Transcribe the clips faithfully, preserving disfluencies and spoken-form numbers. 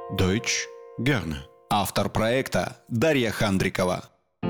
Deutsch gerne. Автор проекта Дарья Хандрикова.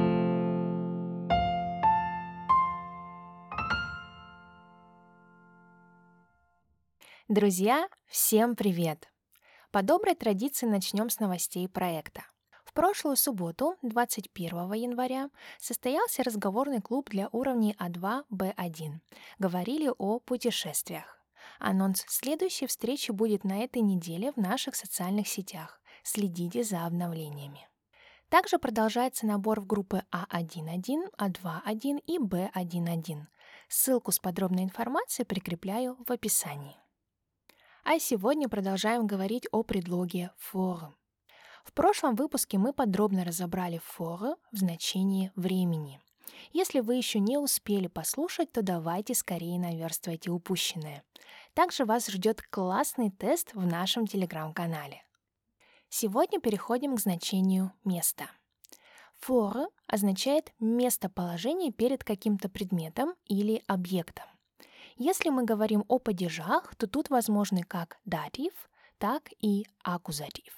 Друзья, всем привет! По доброй традиции начнем с новостей проекта. В прошлую субботу, двадцать первого января, состоялся разговорный клуб для уровней А два Бэ один. Говорили о путешествиях. Анонс следующей встречи будет на этой неделе в наших социальных сетях. Следите за обновлениями. Также продолжается набор в группы А один точка один, А два точка один и Бэ один точка один. Ссылку с подробной информацией прикрепляю в описании. А сегодня продолжаем говорить о предлоге «for». В прошлом выпуске мы подробно разобрали «for» в значении времени. Если вы еще не успели послушать, то давайте скорее наверстывайте упущенное. Также вас ждет классный тест в нашем телеграм-канале. Сегодня переходим к значению «место». «For» означает местоположение перед каким-то предметом или объектом. Если мы говорим о падежах, то тут возможны как датив, так и аккузатив.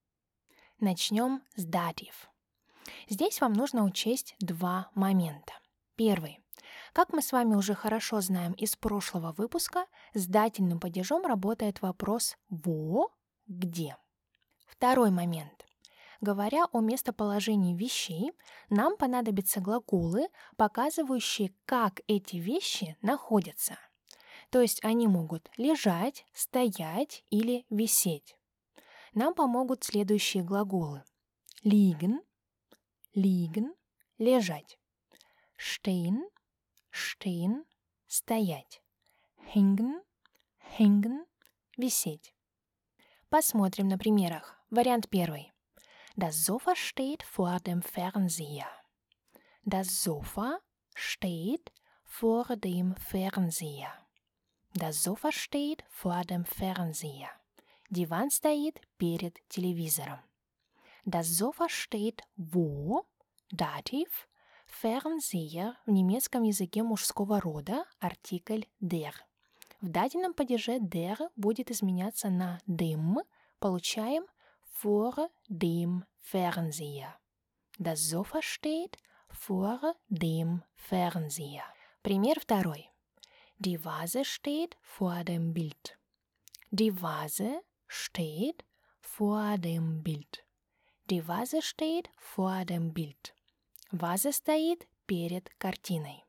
Начнем с датив. Здесь вам нужно учесть два момента. Первый. Как мы с вами уже хорошо знаем из прошлого выпуска, с дательным падежом работает вопрос «во», «где». Второй момент. Говоря о местоположении вещей, нам понадобятся глаголы, показывающие, как эти вещи находятся. То есть они могут лежать, стоять или висеть. Нам помогут следующие глаголы. Liegen, liegen, лежать. Stehen, stehen, стоять. Hängen, hängen, висеть. Посмотрим на примерах. Вариант первый. Das Sofa steht vor dem Fernseher. Das Sofa steht vor dem Fernseher. Das Sofa steht vor dem Fernseher. Диван стоит перед телевизором. Das Sofa steht wo? Датив. Fernseher в немецком языке мужского рода, артикль der. В дательном падеже der будет изменяться на dem. Получаем vor dem Fernseher. Das Sofa steht vor dem Fernseher. Пример второй. Die Vase steht vor dem Bild. Die Vase steht vor dem Bild. Die Vase steht vor dem Bild. Ваза стоит перед картиной.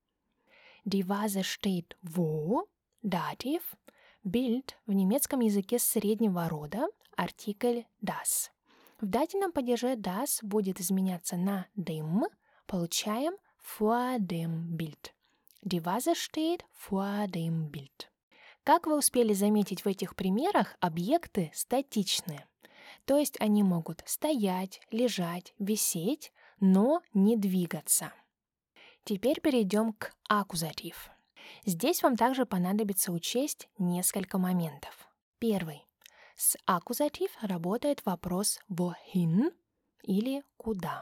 Die Vase steht wo? Датив. Bild в немецком языке среднего рода, артикль das. В дательном падеже das будет изменяться на dem. Получаем vor dem Bild. Die Vase steht vor dem Bild. Как вы успели заметить в этих примерах, объекты статичны. То есть они могут стоять, лежать, висеть, но не двигаться. Теперь перейдем к аккузатив. Здесь вам также понадобится учесть несколько моментов. Первый. С аккузатив работает вопрос wohin или куда.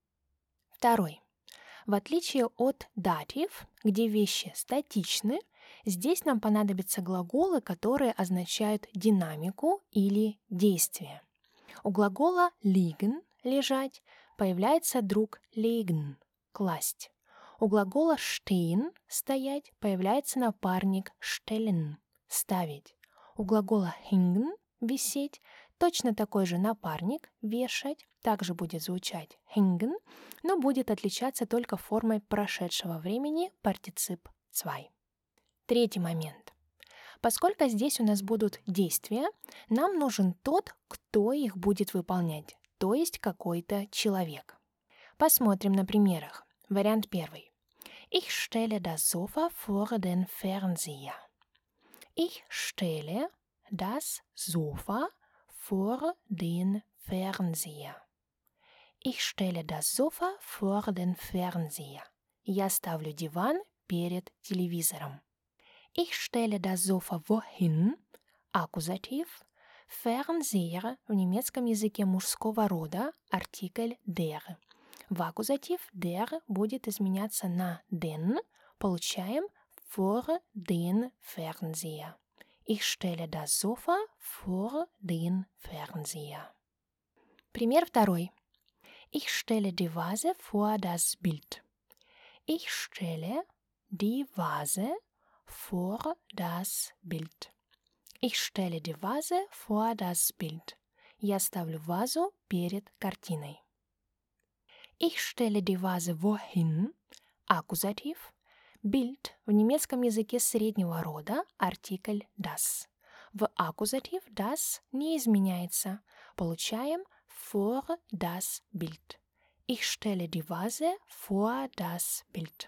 Второй. В отличие от датив, где вещи статичны, здесь нам понадобятся глаголы, которые означают динамику или действие. У глагола liegen – лежать появляется друг legen – класть. У глагола stehen – стоять появляется напарник stellen – ставить. У глагола hängen – висеть точно такой же напарник вешать, также будет звучать hängen, но будет отличаться только формой прошедшего времени партицип zwei. Третий момент. Поскольку здесь у нас будут действия, нам нужен тот, кто их будет выполнять, то есть какой-то человек. Посмотрим на примерах. Вариант первый. Ich stelle das Sofa vor den Fernseher. Ich stelle das Sofa vor den Fernseher. Ich stelle das Sofa vor den Fernseher. Я ставлю диван перед телевизором. Ich stelle das Sofa wohin? Аккузатив. Fernseher в немецком языке мужского рода, артикль der. В аккузатив der будет изменяться на den. Получаем vor den Fernseher. Ich stelle das Sofa vor den Fernseher. Пример второй. Ich stelle die Vase vor das Bild. Ich stelle die Vase vor das Bild. Ich stelle die Vase vor das Bild. Я ставлю вазу перед картиной. Ich stelle die Vase wohin? Аккузатив. Bild в немецком языке среднего рода, артикль das. В аккузатив das не изменяется. Получаем vor das Bild. Ich stelle die Vase vor das Bild.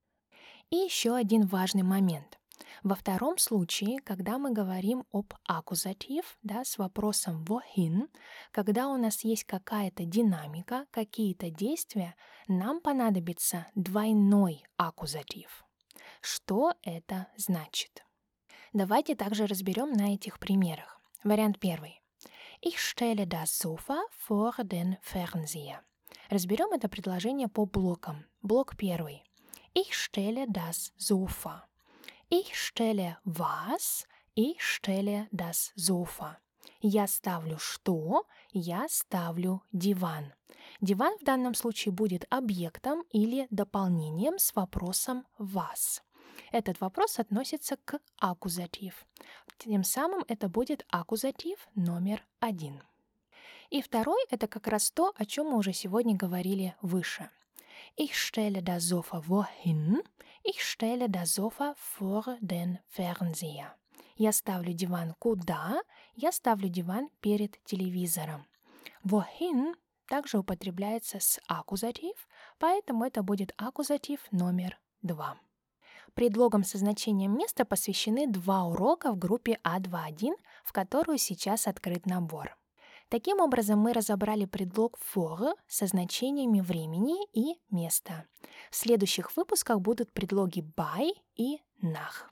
И еще один важный момент. Во втором случае, когда мы говорим об аккузатив, да, с вопросом wohin, когда у нас есть какая-то динамика, какие-то действия, нам понадобится двойной аккузатив. Что это значит? Давайте также разберем на этих примерах. Вариант первый. Ich stelle das Sofa vor den Fernseher. Разберем это предложение по блокам. Блок первый. Ich stelle das Sofa. Ich stelle was? Ich stelle das Sofa. Я ставлю что? Я ставлю диван. Диван в данном случае будет объектом или дополнением с вопросом was. Этот вопрос относится к аккузатив. Тем самым это будет аккузатив номер один. И второй — это как раз то, о чем мы уже сегодня говорили выше. Ich stelle das Sofa wohin? Ich stelle das Sofa vor den Fernseher. Я ставлю диван куда? Я ставлю диван перед телевизором. Wohin также употребляется с аккузатив, поэтому это будет аккузатив номер два. Предлогам со значением места посвящены два урока в группе А два точка один, в которую сейчас открыт набор. Таким образом, мы разобрали предлог for со значениями времени и места. В следующих выпусках будут предлоги by и nach.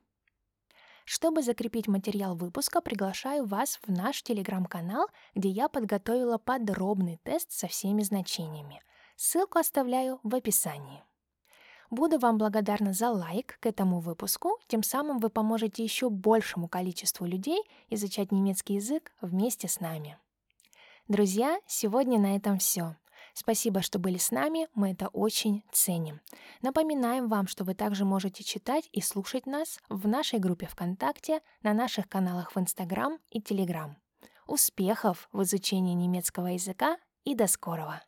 Чтобы закрепить материал выпуска, приглашаю вас в наш телеграм-канал, где я подготовила подробный тест со всеми значениями. Ссылку оставляю в описании. Буду вам благодарна за лайк к этому выпуску, тем самым вы поможете еще большему количеству людей изучать немецкий язык вместе с нами. Друзья, сегодня на этом все. Спасибо, что были с нами, мы это очень ценим. Напоминаем вам, что вы также можете читать и слушать нас в нашей группе ВКонтакте, на наших каналах в Инстаграм и Телеграм. Успехов в изучении немецкого языка и до скорого!